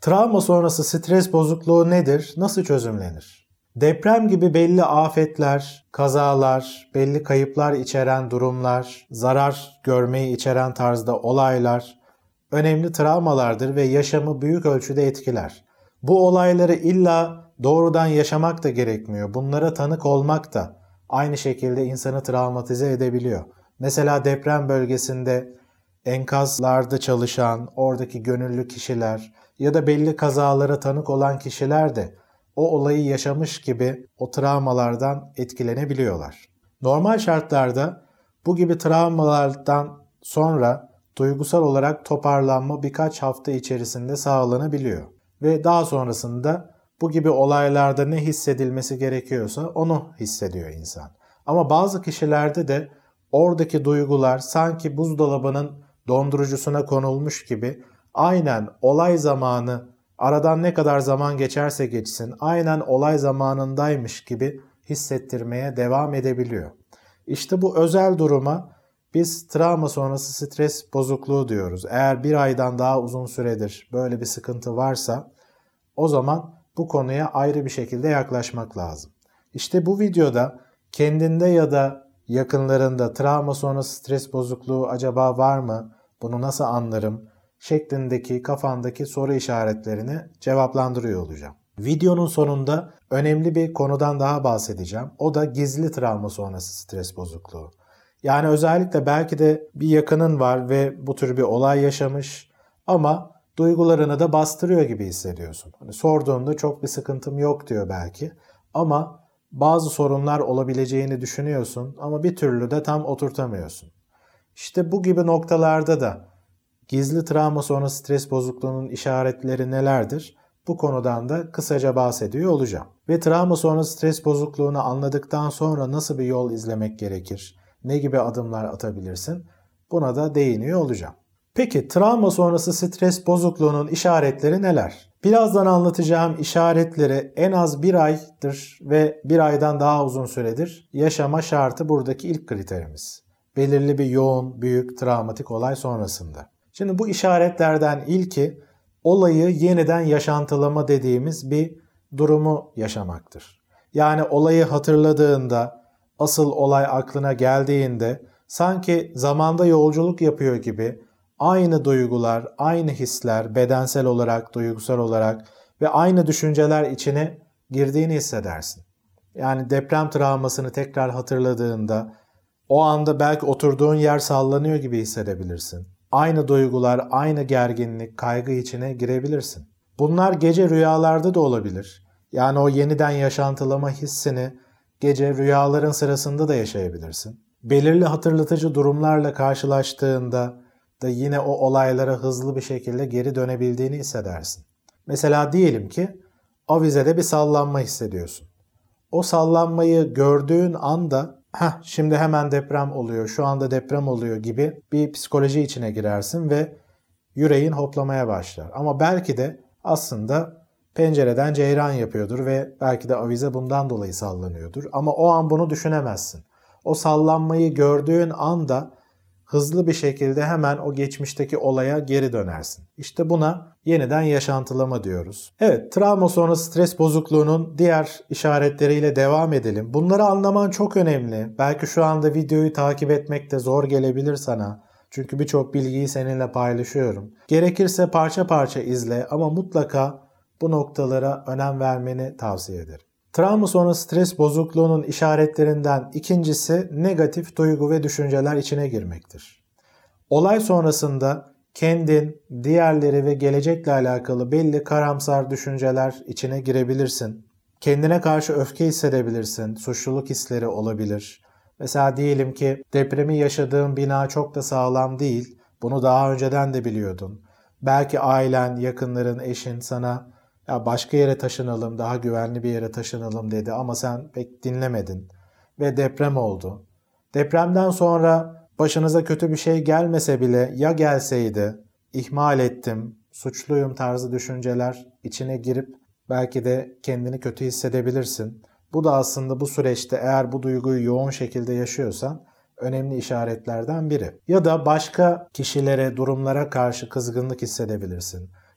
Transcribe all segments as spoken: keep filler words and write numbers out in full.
Travma sonrası stres bozukluğu nedir? Nasıl çözümlenir? Deprem gibi belli afetler, kazalar, belli kayıplar içeren durumlar, zarar görmeyi içeren tarzda olaylar önemli travmalardır ve yaşamı büyük ölçüde etkiler. Bu olayları illa doğrudan yaşamak da gerekmiyor. Bunlara tanık olmak da aynı şekilde insanı travmatize edebiliyor. Mesela deprem bölgesinde enkazlarda çalışan, oradaki gönüllü kişiler ya da belli kazalara tanık olan kişiler de o olayı yaşamış gibi o travmalardan etkilenebiliyorlar. Normal şartlarda bu gibi travmalardan sonra duygusal olarak toparlanma birkaç hafta içerisinde sağlanabiliyor. Ve daha sonrasında bu gibi olaylarda ne hissedilmesi gerekiyorsa onu hissediyor insan. Ama bazı kişilerde de oradaki duygular sanki buzdolabının dondurucusuna konulmuş gibi aynen olay zamanı, aradan ne kadar zaman geçerse geçsin, aynen olay zamanındaymış gibi hissettirmeye devam edebiliyor. İşte bu özel duruma biz travma sonrası stres bozukluğu diyoruz. Eğer bir aydan daha uzun süredir böyle bir sıkıntı varsa o zaman bu konuya ayrı bir şekilde yaklaşmak lazım. İşte bu videoda kendinde ya da yakınlarında travma sonrası stres bozukluğu acaba var mı? Bunu nasıl anlarım? Şeklindeki kafandaki soru işaretlerini cevaplandırıyor olacağım. Videonun sonunda önemli bir konudan daha bahsedeceğim. O da gizli travma sonrası stres bozukluğu. Yani özellikle belki de bir yakının var ve bu tür bir olay yaşamış ama duygularını da bastırıyor gibi hissediyorsun. Hani sorduğunda çok bir sıkıntım yok diyor belki ama bazı sorunlar olabileceğini düşünüyorsun ama bir türlü de tam oturtamıyorsun. İşte bu gibi noktalarda da gizli travma sonrası stres bozukluğunun işaretleri nelerdir? Bu konudan da kısaca bahsediyor olacağım. Ve travma sonrası stres bozukluğunu anladıktan sonra nasıl bir yol izlemek gerekir? Ne gibi adımlar atabilirsin? Buna da değiniyor olacağım. Peki travma sonrası stres bozukluğunun işaretleri neler? Birazdan anlatacağım işaretleri en az bir aydır ve bir aydan daha uzun süredir yaşama şartı buradaki ilk kriterimiz. Belirli bir yoğun, büyük, travmatik olay sonrasında. Şimdi bu işaretlerden ilki olayı yeniden yaşantılama dediğimiz bir durumu yaşamaktır. Yani olayı hatırladığında, asıl olay aklına geldiğinde sanki zamanda yolculuk yapıyor gibi aynı duygular, aynı hisler, bedensel olarak, duygusal olarak ve aynı düşünceler içine girdiğini hissedersin. Yani deprem travmasını tekrar hatırladığında o anda belki oturduğun yer sallanıyor gibi hissedebilirsin. Aynı duygular, aynı gerginlik, kaygı içine girebilirsin. Bunlar gece rüyalarda da olabilir. Yani o yeniden yaşantılama hissini gece rüyaların sırasında da yaşayabilirsin. Belirli hatırlatıcı durumlarla karşılaştığında da yine o olaylara hızlı bir şekilde geri dönebildiğini hissedersin. Mesela diyelim ki avizede bir sallanma hissediyorsun. O sallanmayı gördüğün anda heh, şimdi hemen deprem oluyor, şu anda deprem oluyor gibi bir psikoloji içine girersin ve yüreğin hoplamaya başlar. Ama belki de aslında pencereden ceyran yapıyordur ve belki de avize bundan dolayı sallanıyordur. Ama o an bunu düşünemezsin. O sallanmayı gördüğün anda hızlı bir şekilde hemen o geçmişteki olaya geri dönersin. İşte buna yeniden yaşantılama diyoruz. Evet, travma sonrası stres bozukluğunun diğer işaretleriyle devam edelim. Bunları anlaman çok önemli. Belki şu anda videoyu takip etmek de zor gelebilir sana. Çünkü birçok bilgiyi seninle paylaşıyorum. Gerekirse parça parça izle ama mutlaka bu noktalara önem vermeni tavsiye ederim. Travma sonrası stres bozukluğunun işaretlerinden ikincisi negatif duygu ve düşünceler içine girmektir. Olay sonrasında kendin, diğerleri ve gelecekle alakalı belli karamsar düşünceler içine girebilirsin. Kendine karşı öfke hissedebilirsin, suçluluk hisleri olabilir. Mesela diyelim ki depremi yaşadığın bina çok da sağlam değil, bunu daha önceden de biliyordun. Belki ailen, yakınların, eşin sana ya başka yere taşınalım, daha güvenli bir yere taşınalım dedi ama sen pek dinlemedin ve deprem oldu. Depremden sonra başınıza kötü bir şey gelmese bile ya gelseydi, ihmal ettim, suçluyum tarzı düşünceler içine girip belki de kendini kötü hissedebilirsin. Bu da aslında bu süreçte eğer bu duyguyu yoğun şekilde yaşıyorsan önemli işaretlerden biri. Ya da başka kişilere, durumlara karşı kızgınlık hissedebilirsin.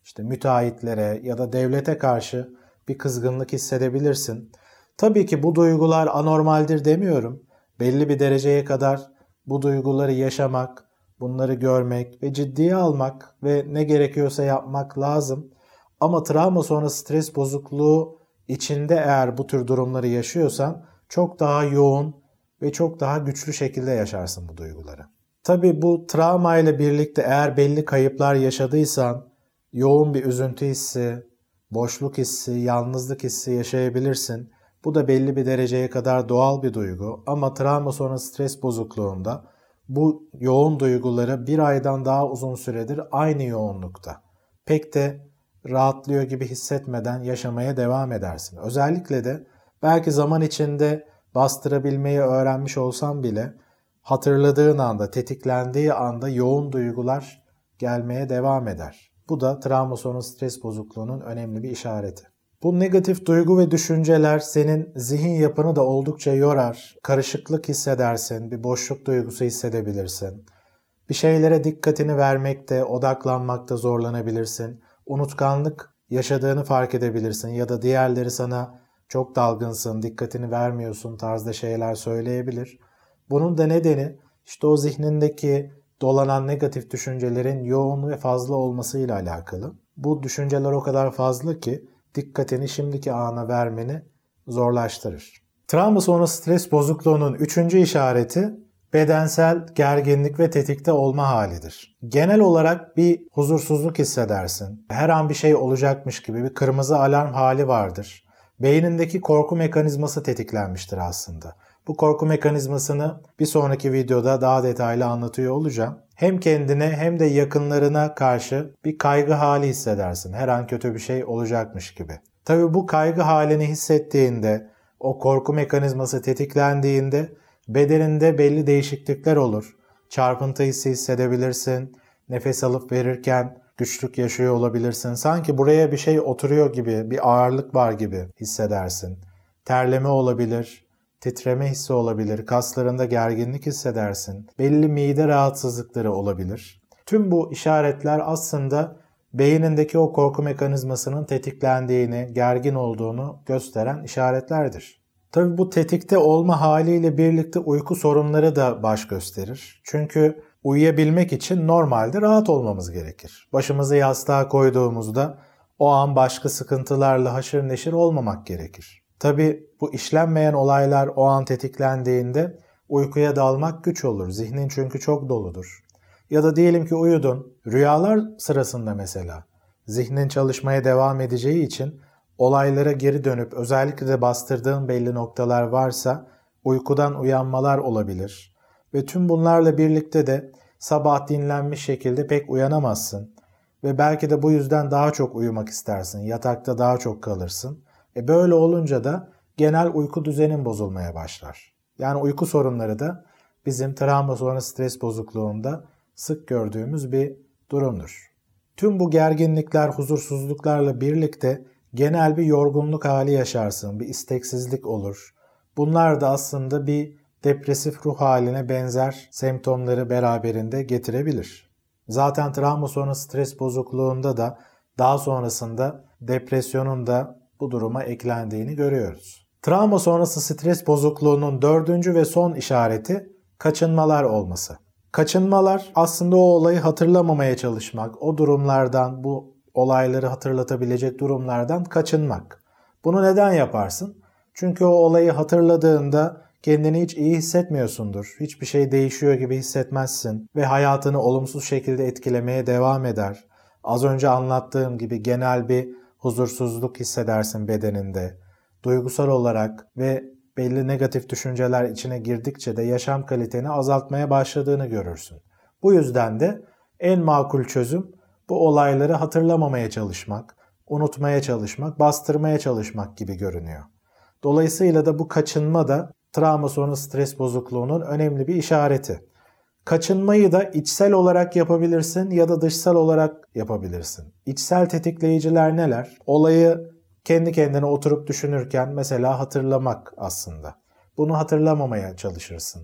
işte müteahhitlere ya da devlete karşı bir kızgınlık hissedebilirsin. Tabii ki bu duygular anormaldir demiyorum. Belli bir dereceye kadar bu duyguları yaşamak, bunları görmek ve ciddiye almak ve ne gerekiyorsa yapmak lazım. Ama travma sonrası stres bozukluğu içinde eğer bu tür durumları yaşıyorsan çok daha yoğun ve çok daha güçlü şekilde yaşarsın bu duyguları. Tabii bu travma ile birlikte eğer belli kayıplar yaşadıysan yoğun bir üzüntü hissi, boşluk hissi, yalnızlık hissi yaşayabilirsin. Bu da belli bir dereceye kadar doğal bir duygu ama travma sonrası stres bozukluğunda bu yoğun duyguları bir aydan daha uzun süredir aynı yoğunlukta pek de rahatlıyor gibi hissetmeden yaşamaya devam edersin. Özellikle de belki zaman içinde bastırabilmeyi öğrenmiş olsan bile hatırladığın anda, tetiklendiği anda yoğun duygular gelmeye devam eder. Bu da travma sonrası stres bozukluğunun önemli bir işareti. Bu negatif duygu ve düşünceler senin zihin yapını da oldukça yorar. Karışıklık hissedersin, bir boşluk duygusu hissedebilirsin. Bir şeylere dikkatini vermekte, odaklanmakta zorlanabilirsin. Unutkanlık yaşadığını fark edebilirsin ya da diğerleri sana çok dalgınsın, dikkatini vermiyorsun tarzda şeyler söyleyebilir. Bunun da nedeni işte o zihnindeki dolanan negatif düşüncelerin yoğun ve fazla olmasıyla alakalı. Bu düşünceler o kadar fazla ki dikkatini şimdiki ana vermeni zorlaştırır. Travma sonrası stres bozukluğunun üçüncü işareti bedensel gerginlik ve tetikte olma halidir. Genel olarak bir huzursuzluk hissedersin. Her an bir şey olacakmış gibi bir kırmızı alarm hali vardır. Beynindeki korku mekanizması tetiklenmiştir aslında. Bu korku mekanizmasını bir sonraki videoda daha detaylı anlatıyor olacağım. Hem kendine hem de yakınlarına karşı bir kaygı hali hissedersin. Her an kötü bir şey olacakmış gibi. Tabii bu kaygı halini hissettiğinde, o korku mekanizması tetiklendiğinde bedeninde belli değişiklikler olur. Çarpıntı hissi hissedebilirsin. Nefes alıp verirken güçlük yaşıyor olabilirsin. Sanki buraya bir şey oturuyor gibi, bir ağırlık var gibi hissedersin. Terleme olabilir. Titreme hissi olabilir, kaslarında gerginlik hissedersin, belli mide rahatsızlıkları olabilir. Tüm bu işaretler aslında beynindeki o korku mekanizmasının tetiklendiğini, gergin olduğunu gösteren işaretlerdir. Tabii bu tetikte olma haliyle birlikte uyku sorunları da baş gösterir. Çünkü uyuyabilmek için normalde rahat olmamız gerekir. Başımızı yastığa koyduğumuzda o an başka sıkıntılarla haşır neşir olmamak gerekir. Tabii bu işlenmeyen olaylar o an tetiklendiğinde uykuya dalmak güç olur. Zihnin çünkü çok doludur. Ya da diyelim ki uyudun, rüyalar sırasında mesela zihnin çalışmaya devam edeceği için olaylara geri dönüp özellikle de bastırdığın belli noktalar varsa uykudan uyanmalar olabilir. Ve tüm bunlarla birlikte de sabah dinlenmiş şekilde pek uyanamazsın. Ve belki de bu yüzden daha çok uyumak istersin, yatakta daha çok kalırsın. E böyle olunca da genel uyku düzenin bozulmaya başlar. Yani uyku sorunları da bizim travma sonrası stres bozukluğunda sık gördüğümüz bir durumdur. Tüm bu gerginlikler, huzursuzluklarla birlikte genel bir yorgunluk hali yaşarsın, bir isteksizlik olur. Bunlar da aslında bir depresif ruh haline benzer semptomları beraberinde getirebilir. Zaten travma sonrası stres bozukluğunda da daha sonrasında depresyonun da bu duruma eklendiğini görüyoruz. Travma sonrası stres bozukluğunun dördüncü ve son işareti kaçınmalar olması. Kaçınmalar aslında o olayı hatırlamamaya çalışmak, o durumlardan, bu olayları hatırlatabilecek durumlardan kaçınmak. Bunu neden yaparsın? Çünkü o olayı hatırladığında kendini hiç iyi hissetmiyorsundur. Hiçbir şey değişiyor gibi hissetmezsin ve hayatını olumsuz şekilde etkilemeye devam eder. Az önce anlattığım gibi genel bir huzursuzluk hissedersin bedeninde. Duygusal olarak ve belli negatif düşünceler içine girdikçe de yaşam kaliteni azaltmaya başladığını görürsün. Bu yüzden de en makul çözüm bu olayları hatırlamamaya çalışmak, unutmaya çalışmak, bastırmaya çalışmak gibi görünüyor. Dolayısıyla da bu kaçınma da travma sonrası stres bozukluğunun önemli bir işareti. Kaçınmayı da içsel olarak yapabilirsin ya da dışsal olarak yapabilirsin. İçsel tetikleyiciler neler? Olayı kendi kendine oturup düşünürken mesela hatırlamak aslında. Bunu hatırlamamaya çalışırsın.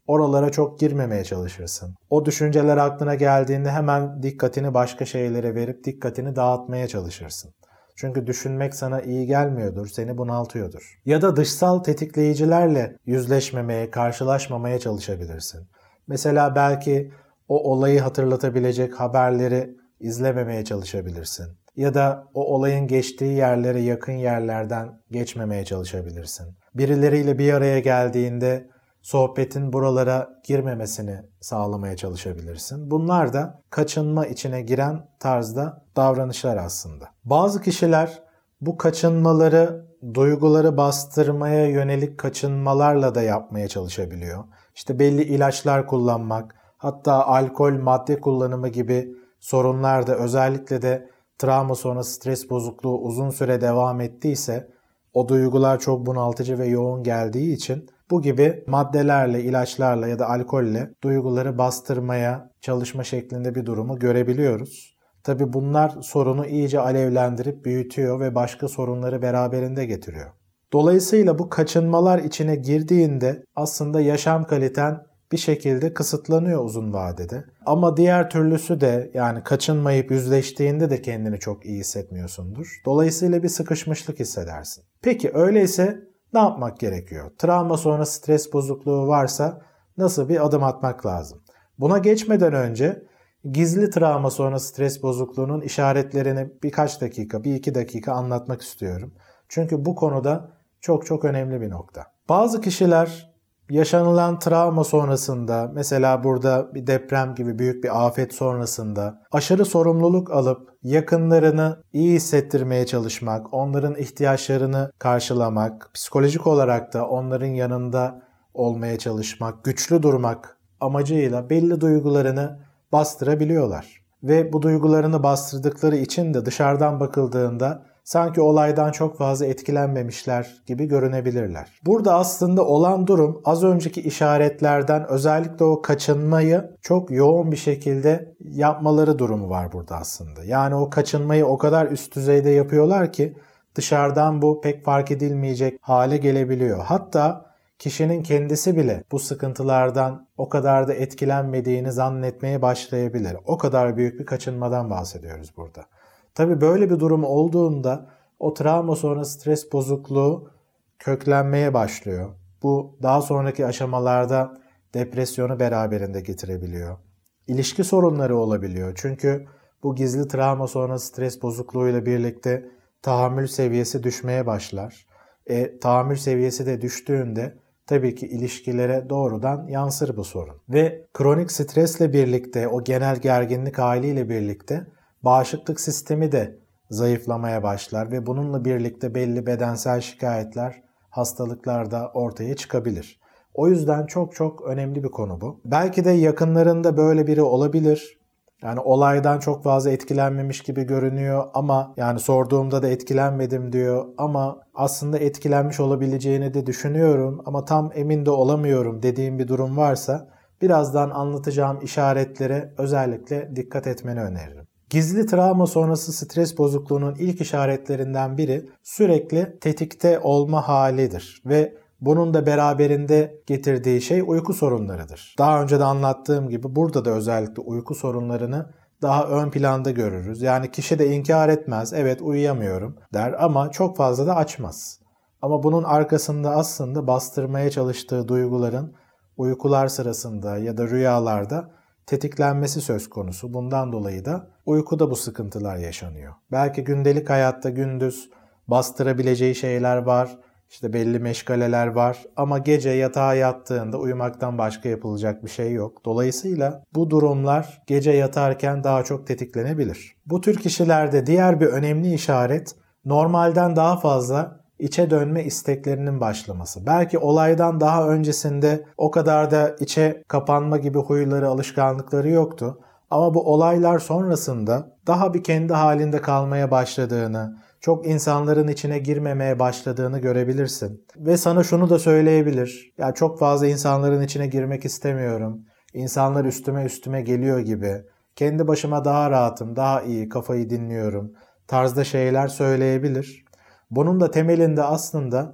Oralara çok girmemeye çalışırsın. O düşünceler aklına geldiğinde hemen dikkatini başka şeylere verip dikkatini dağıtmaya çalışırsın. Çünkü düşünmek sana iyi gelmiyordur, seni bunaltıyordur. Ya da dışsal tetikleyicilerle yüzleşmemeye, karşılaşmamaya çalışabilirsin. Mesela belki o olayı hatırlatabilecek haberleri izlememeye çalışabilirsin. Ya da o olayın geçtiği yerlere yakın yerlerden geçmemeye çalışabilirsin. Birileriyle bir araya geldiğinde sohbetin buralara girmemesini sağlamaya çalışabilirsin. Bunlar da kaçınma içine giren tarzda davranışlar aslında. Bazı kişiler bu kaçınmaları, duyguları bastırmaya yönelik kaçınmalarla da yapmaya çalışabiliyor. İşte belli ilaçlar kullanmak, hatta alkol, madde kullanımı gibi sorunlar da, özellikle de travma sonrası stres bozukluğu uzun süre devam ettiyse, o duygular çok bunaltıcı ve yoğun geldiği için bu gibi maddelerle, ilaçlarla ya da alkolle duyguları bastırmaya çalışma şeklinde bir durumu görebiliyoruz. Tabii bunlar sorunu iyice alevlendirip büyütüyor ve başka sorunları beraberinde getiriyor. Dolayısıyla bu kaçınmalar içine girdiğinde aslında yaşam kaliten bir şekilde kısıtlanıyor uzun vadede. Ama diğer türlüsü de, yani kaçınmayıp yüzleştiğinde de kendini çok iyi hissetmiyorsundur. Dolayısıyla bir sıkışmışlık hissedersin. Peki öyleyse ne yapmak gerekiyor? Travma sonrası stres bozukluğu varsa nasıl bir adım atmak lazım? Buna geçmeden önce gizli travma sonrası stres bozukluğunun işaretlerini birkaç dakika, bir iki dakika anlatmak istiyorum. Çünkü bu konuda çok çok önemli bir nokta. Bazı kişiler yaşanılan travma sonrasında, mesela burada bir deprem gibi büyük bir afet sonrasında aşırı sorumluluk alıp yakınlarını iyi hissettirmeye çalışmak, onların ihtiyaçlarını karşılamak, psikolojik olarak da onların yanında olmaya çalışmak, güçlü durmak amacıyla belli duygularını bastırabiliyorlar. Ve bu duygularını bastırdıkları için de dışarıdan bakıldığında sanki olaydan çok fazla etkilenmemişler gibi görünebilirler. Burada aslında olan durum az önceki işaretlerden, özellikle o kaçınmayı çok yoğun bir şekilde yapmaları durumu var burada aslında. Yani o kaçınmayı o kadar üst düzeyde yapıyorlar ki dışarıdan bu pek fark edilmeyecek hale gelebiliyor. Hatta kişinin kendisi bile bu sıkıntılardan o kadar da etkilenmediğini zannetmeye başlayabilir. O kadar büyük bir kaçınmadan bahsediyoruz burada. Tabii böyle bir durum olduğunda o travma sonrası stres bozukluğu köklenmeye başlıyor. Bu daha sonraki aşamalarda depresyonu beraberinde getirebiliyor. İlişki sorunları olabiliyor. Çünkü bu gizli travma sonrası stres bozukluğuyla birlikte tahammül seviyesi düşmeye başlar. E, tahammül seviyesi de düştüğünde tabii ki ilişkilere doğrudan yansır bu sorun. Ve kronik stresle birlikte, o genel gerginlik haliyle birlikte bağışıklık sistemi de zayıflamaya başlar ve bununla birlikte belli bedensel şikayetler, hastalıklar da ortaya çıkabilir. O yüzden çok çok önemli bir konu bu. Belki de yakınlarında böyle biri olabilir. Yani olaydan çok fazla etkilenmemiş gibi görünüyor ama yani sorduğumda da etkilenmedim diyor ama aslında etkilenmiş olabileceğini de düşünüyorum ama tam emin de olamıyorum dediğim bir durum varsa birazdan anlatacağım işaretlere özellikle dikkat etmeni öneririm. Gizli travma sonrası stres bozukluğunun ilk işaretlerinden biri sürekli tetikte olma halidir ve bunun da beraberinde getirdiği şey uyku sorunlarıdır. Daha önce de anlattığım gibi burada da özellikle uyku sorunlarını daha ön planda görürüz. Yani kişi de inkar etmez, evet uyuyamıyorum der ama çok fazla da açmaz. Ama bunun arkasında aslında bastırmaya çalıştığı duyguların uykular sırasında ya da rüyalarda tetiklenmesi söz konusu. Bundan dolayı da uykuda bu sıkıntılar yaşanıyor. Belki gündelik hayatta gündüz bastırabileceği şeyler var, işte belli meşgaleler var ama gece yatağa yattığında uyumaktan başka yapılacak bir şey yok. Dolayısıyla bu durumlar gece yatarken daha çok tetiklenebilir. Bu tür kişilerde diğer bir önemli işaret normalden daha fazla içe dönme isteklerinin başlaması. Belki olaydan daha öncesinde o kadar da içe kapanma gibi huyları, alışkanlıkları yoktu. Ama bu olaylar sonrasında daha bir kendi halinde kalmaya başladığını, çok insanların içine girmemeye başladığını görebilirsin. Ve sana şunu da söyleyebilir. Ya çok fazla insanların içine girmek istemiyorum. İnsanlar üstüme üstüme geliyor gibi. Kendi başıma daha rahatım, daha iyi, kafayı dinliyorum tarzda şeyler söyleyebilir. Bunun da temelinde aslında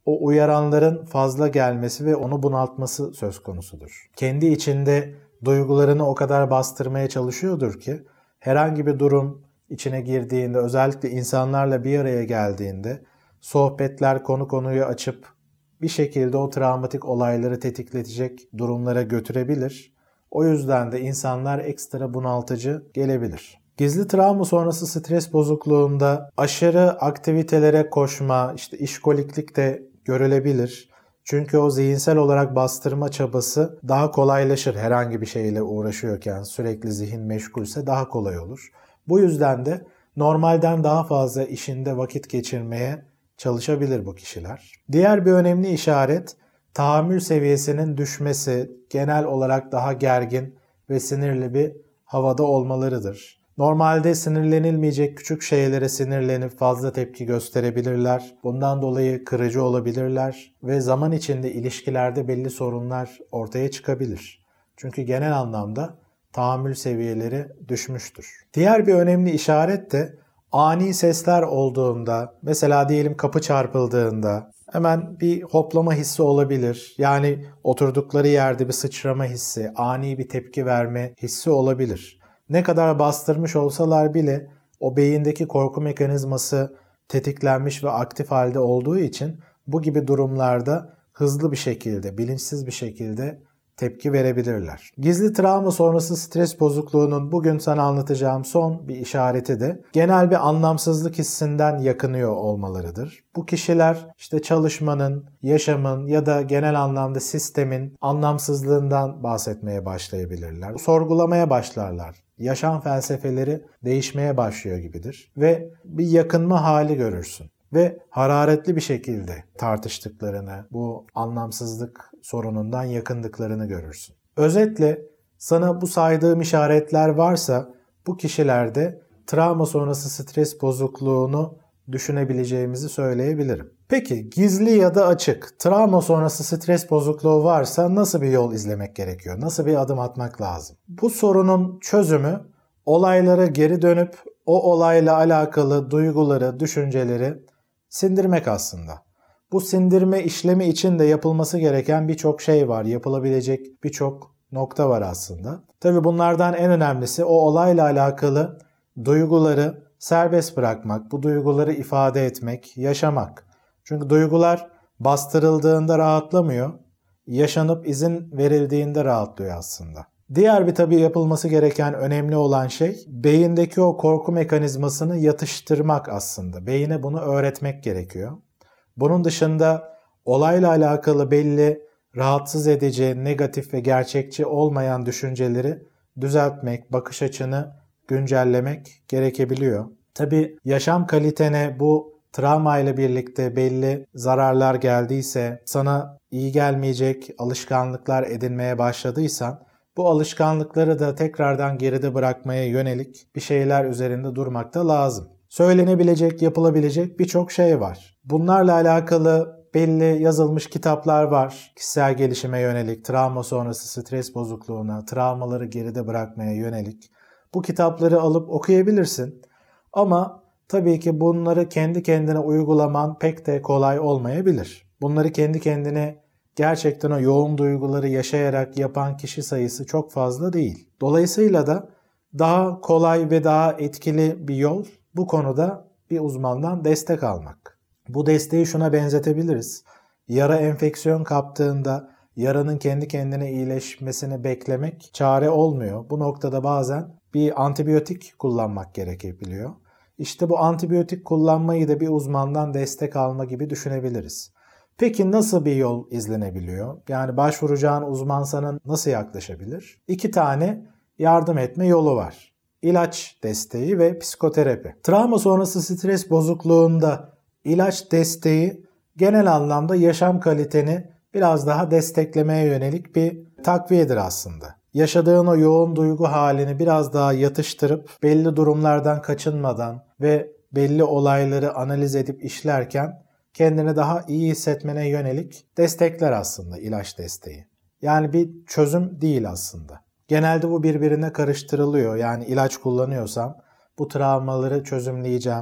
o uyaranların fazla gelmesi ve onu bunaltması söz konusudur. Kendi içinde duygularını o kadar bastırmaya çalışıyordur ki herhangi bir durum içine girdiğinde, özellikle insanlarla bir araya geldiğinde sohbetler konu konuyu açıp bir şekilde o travmatik olayları tetikletecek durumlara götürebilir. O yüzden de insanlar ekstra bunaltıcı gelebilir. Gizli travma sonrası stres bozukluğunda aşırı aktivitelere koşma, işte işkoliklik de görülebilir. Çünkü o zihinsel olarak bastırma çabası daha kolaylaşır herhangi bir şeyle uğraşıyorken, sürekli zihin meşgulse daha kolay olur. Bu yüzden de normalden daha fazla işinde vakit geçirmeye çalışabilir bu kişiler. Diğer bir önemli işaret, tahammül seviyesinin düşmesi, genel olarak daha gergin ve sinirli bir havada olmalarıdır. Normalde sinirlenilmeyecek küçük şeylere sinirlenip fazla tepki gösterebilirler. Bundan dolayı kırıcı olabilirler ve zaman içinde ilişkilerde belli sorunlar ortaya çıkabilir. Çünkü genel anlamda tahammül seviyeleri düşmüştür. Diğer bir önemli işaret de ani sesler olduğunda, mesela diyelim kapı çarpıldığında hemen bir hoplama hissi olabilir. Yani oturdukları yerde bir sıçrama hissi, ani bir tepki verme hissi olabilir. Ne kadar bastırmış olsalar bile o beyindeki korku mekanizması tetiklenmiş ve aktif halde olduğu için bu gibi durumlarda hızlı bir şekilde, bilinçsiz bir şekilde tepki verebilirler. Gizli travma sonrası stres bozukluğunun bugün sana anlatacağım son bir işareti de genel bir anlamsızlık hissinden yakınıyor olmalarıdır. Bu kişiler işte çalışmanın, yaşamın ya da genel anlamda sistemin anlamsızlığından bahsetmeye başlayabilirler. Sorgulamaya başlarlar. Yaşam felsefeleri değişmeye başlıyor gibidir ve bir yakınma hali görürsün. Ve hararetli bir şekilde tartıştıklarını, bu anlamsızlık sorunundan yakındıklarını görürsün. Özetle sana bu saydığım işaretler varsa bu kişilerde travma sonrası stres bozukluğunu düşünebileceğimizi söyleyebilirim. Peki gizli ya da açık travma sonrası stres bozukluğu varsa nasıl bir yol izlemek gerekiyor? Nasıl bir adım atmak lazım? Bu sorunun çözümü olaylara geri dönüp o olayla alakalı duyguları, düşünceleri sindirmek aslında. Bu sindirme işlemi için de yapılması gereken birçok şey var. Yapılabilecek birçok nokta var aslında. Tabii bunlardan en önemlisi o olayla alakalı duyguları serbest bırakmak, bu duyguları ifade etmek, yaşamak. Çünkü duygular bastırıldığında rahatlamıyor, yaşanıp izin verildiğinde rahatlıyor aslında. Diğer bir tabii yapılması gereken önemli olan şey beyindeki o korku mekanizmasını yatıştırmak aslında. Beyine bunu öğretmek gerekiyor. Bunun dışında olayla alakalı belli rahatsız edici, negatif ve gerçekçi olmayan düşünceleri düzeltmek, bakış açını güncellemek gerekebiliyor. Tabii yaşam kalitene bu travma ile birlikte belli zararlar geldiyse, sana iyi gelmeyecek alışkanlıklar edinmeye başladıysan, bu alışkanlıkları da tekrardan geride bırakmaya yönelik bir şeyler üzerinde durmak da lazım. Söylenebilecek, yapılabilecek birçok şey var. Bunlarla alakalı belli yazılmış kitaplar var. Kişisel gelişime yönelik, travma sonrası stres bozukluğuna, travmaları geride bırakmaya yönelik. Bu kitapları alıp okuyabilirsin. Ama tabii ki bunları kendi kendine uygulaman pek de kolay olmayabilir. Bunları kendi kendine gerçekten o yoğun duyguları yaşayarak yapan kişi sayısı çok fazla değil. Dolayısıyla da daha kolay ve daha etkili bir yol bu konuda bir uzmandan destek almak. Bu desteği şuna benzetebiliriz. Yara enfeksiyon kaptığında yaranın kendi kendine iyileşmesini beklemek çare olmuyor. Bu noktada bazen bir antibiyotik kullanmak gerekebiliyor. İşte bu antibiyotik kullanmayı da bir uzmandan destek alma gibi düşünebiliriz. Peki nasıl bir yol izlenebiliyor? Yani başvuracağın uzman sana nasıl yaklaşabilir? İki tane yardım etme yolu var. İlaç desteği ve psikoterapi. Travma sonrası stres bozukluğunda ilaç desteği genel anlamda yaşam kaliteni biraz daha desteklemeye yönelik bir takviyedir aslında. Yaşadığın o yoğun duygu halini biraz daha yatıştırıp belli durumlardan kaçınmadan ve belli olayları analiz edip işlerken kendini daha iyi hissetmene yönelik destekler aslında ilaç desteği. Yani bir çözüm değil aslında. Genelde bu birbirine karıştırılıyor. Yani ilaç kullanıyorsam bu travmaları çözümleyeceğim,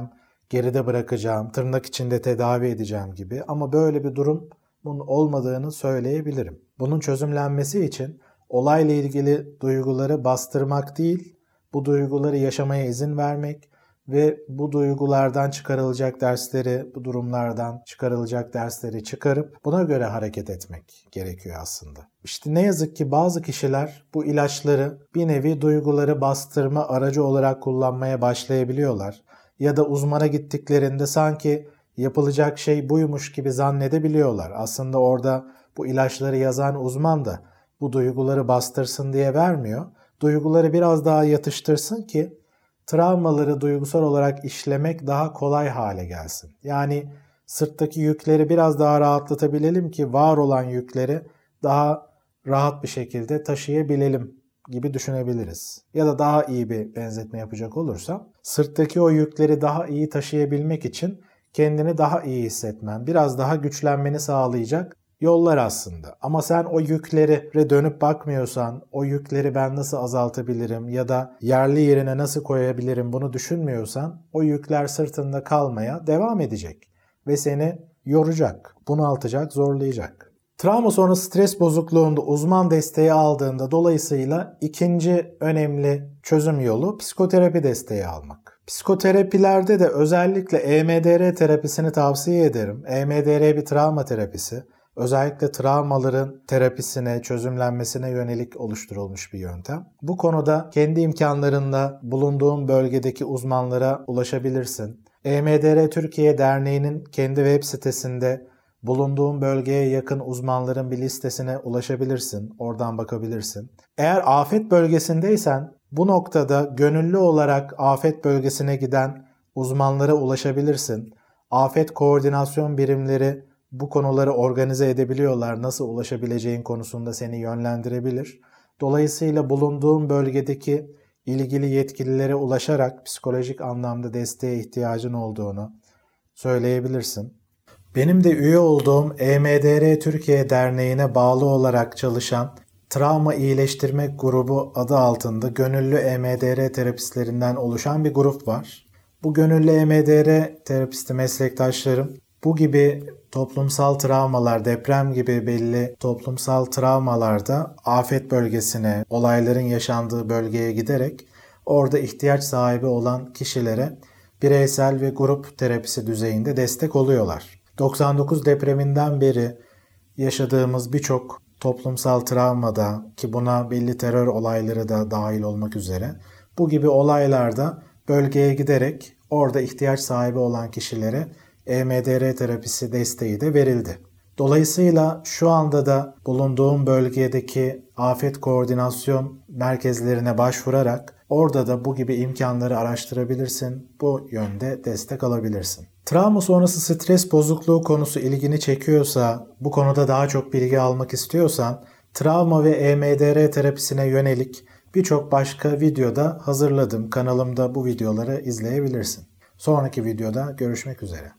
geride bırakacağım, tırnak içinde tedavi edeceğim gibi, ama böyle bir durumun olmadığını söyleyebilirim. Bunun çözümlenmesi için olayla ilgili duyguları bastırmak değil, bu duyguları yaşamaya izin vermek ve bu duygulardan çıkarılacak dersleri, bu durumlardan çıkarılacak dersleri çıkarıp buna göre hareket etmek gerekiyor aslında. İşte ne yazık ki bazı kişiler bu ilaçları bir nevi duyguları bastırma aracı olarak kullanmaya başlayabiliyorlar. Ya da uzmana gittiklerinde sanki yapılacak şey buymuş gibi zannedebiliyorlar. Aslında orada bu ilaçları yazan uzman da bu duyguları bastırsın diye vermiyor. Duyguları biraz daha yatıştırsın ki travmaları duygusal olarak işlemek daha kolay hale gelsin. Yani sırttaki yükleri biraz daha rahatlatabilelim ki var olan yükleri daha rahat bir şekilde taşıyabilelim gibi düşünebiliriz. Ya da daha iyi bir benzetme yapacak olursam, sırttaki o yükleri daha iyi taşıyabilmek için kendini daha iyi hissetmen, biraz daha güçlenmeni sağlayacak yollar aslında. Ama sen o yüklere dönüp bakmıyorsan, o yükleri ben nasıl azaltabilirim ya da yerli yerine nasıl koyabilirim bunu düşünmüyorsan, o yükler sırtında kalmaya devam edecek ve seni yoracak, bunaltacak, zorlayacak. Travma sonrası stres bozukluğunda uzman desteği aldığında dolayısıyla ikinci önemli çözüm yolu psikoterapi desteği almak. Psikoterapilerde de özellikle E M D R terapisini tavsiye ederim. E M D R bir travma terapisi. Özellikle travmaların terapisine, çözümlenmesine yönelik oluşturulmuş bir yöntem. Bu konuda kendi imkanlarında bulunduğun bölgedeki uzmanlara ulaşabilirsin. E M D R Türkiye Derneği'nin kendi web sitesinde bulunduğun bölgeye yakın uzmanların bir listesine ulaşabilirsin. Oradan bakabilirsin. Eğer afet bölgesindeysen bu noktada gönüllü olarak afet bölgesine giden uzmanlara ulaşabilirsin. Afet koordinasyon birimleri bu konuları organize edebiliyorlar. Nasıl ulaşabileceğin konusunda seni yönlendirebilir. Dolayısıyla bulunduğun bölgedeki ilgili yetkililere ulaşarak psikolojik anlamda desteğe ihtiyacın olduğunu söyleyebilirsin. Benim de üye olduğum E M D R Türkiye Derneği'ne bağlı olarak çalışan Travma İyileştirme Grubu adı altında gönüllü E M D R terapistlerinden oluşan bir grup var. Bu gönüllü E M D R terapisti meslektaşlarım bu gibi toplumsal travmalar, deprem gibi belli toplumsal travmalarda afet bölgesine, olayların yaşandığı bölgeye giderek orada ihtiyaç sahibi olan kişilere bireysel ve grup terapisi düzeyinde destek oluyorlar. doksan dokuz depreminden beri yaşadığımız birçok toplumsal travmada, ki buna belli terör olayları da dahil olmak üzere, bu gibi olaylarda bölgeye giderek orada ihtiyaç sahibi olan kişilere E M D R terapisi desteği de verildi. Dolayısıyla şu anda da bulunduğum bölgedeki afet koordinasyon merkezlerine başvurarak orada da bu gibi imkanları araştırabilirsin. Bu yönde destek alabilirsin. Travma sonrası stres bozukluğu konusu ilgini çekiyorsa, bu konuda daha çok bilgi almak istiyorsan, travma ve E M D R terapisine yönelik birçok başka videoda hazırladım. Kanalımda bu videoları izleyebilirsin. Sonraki videoda görüşmek üzere.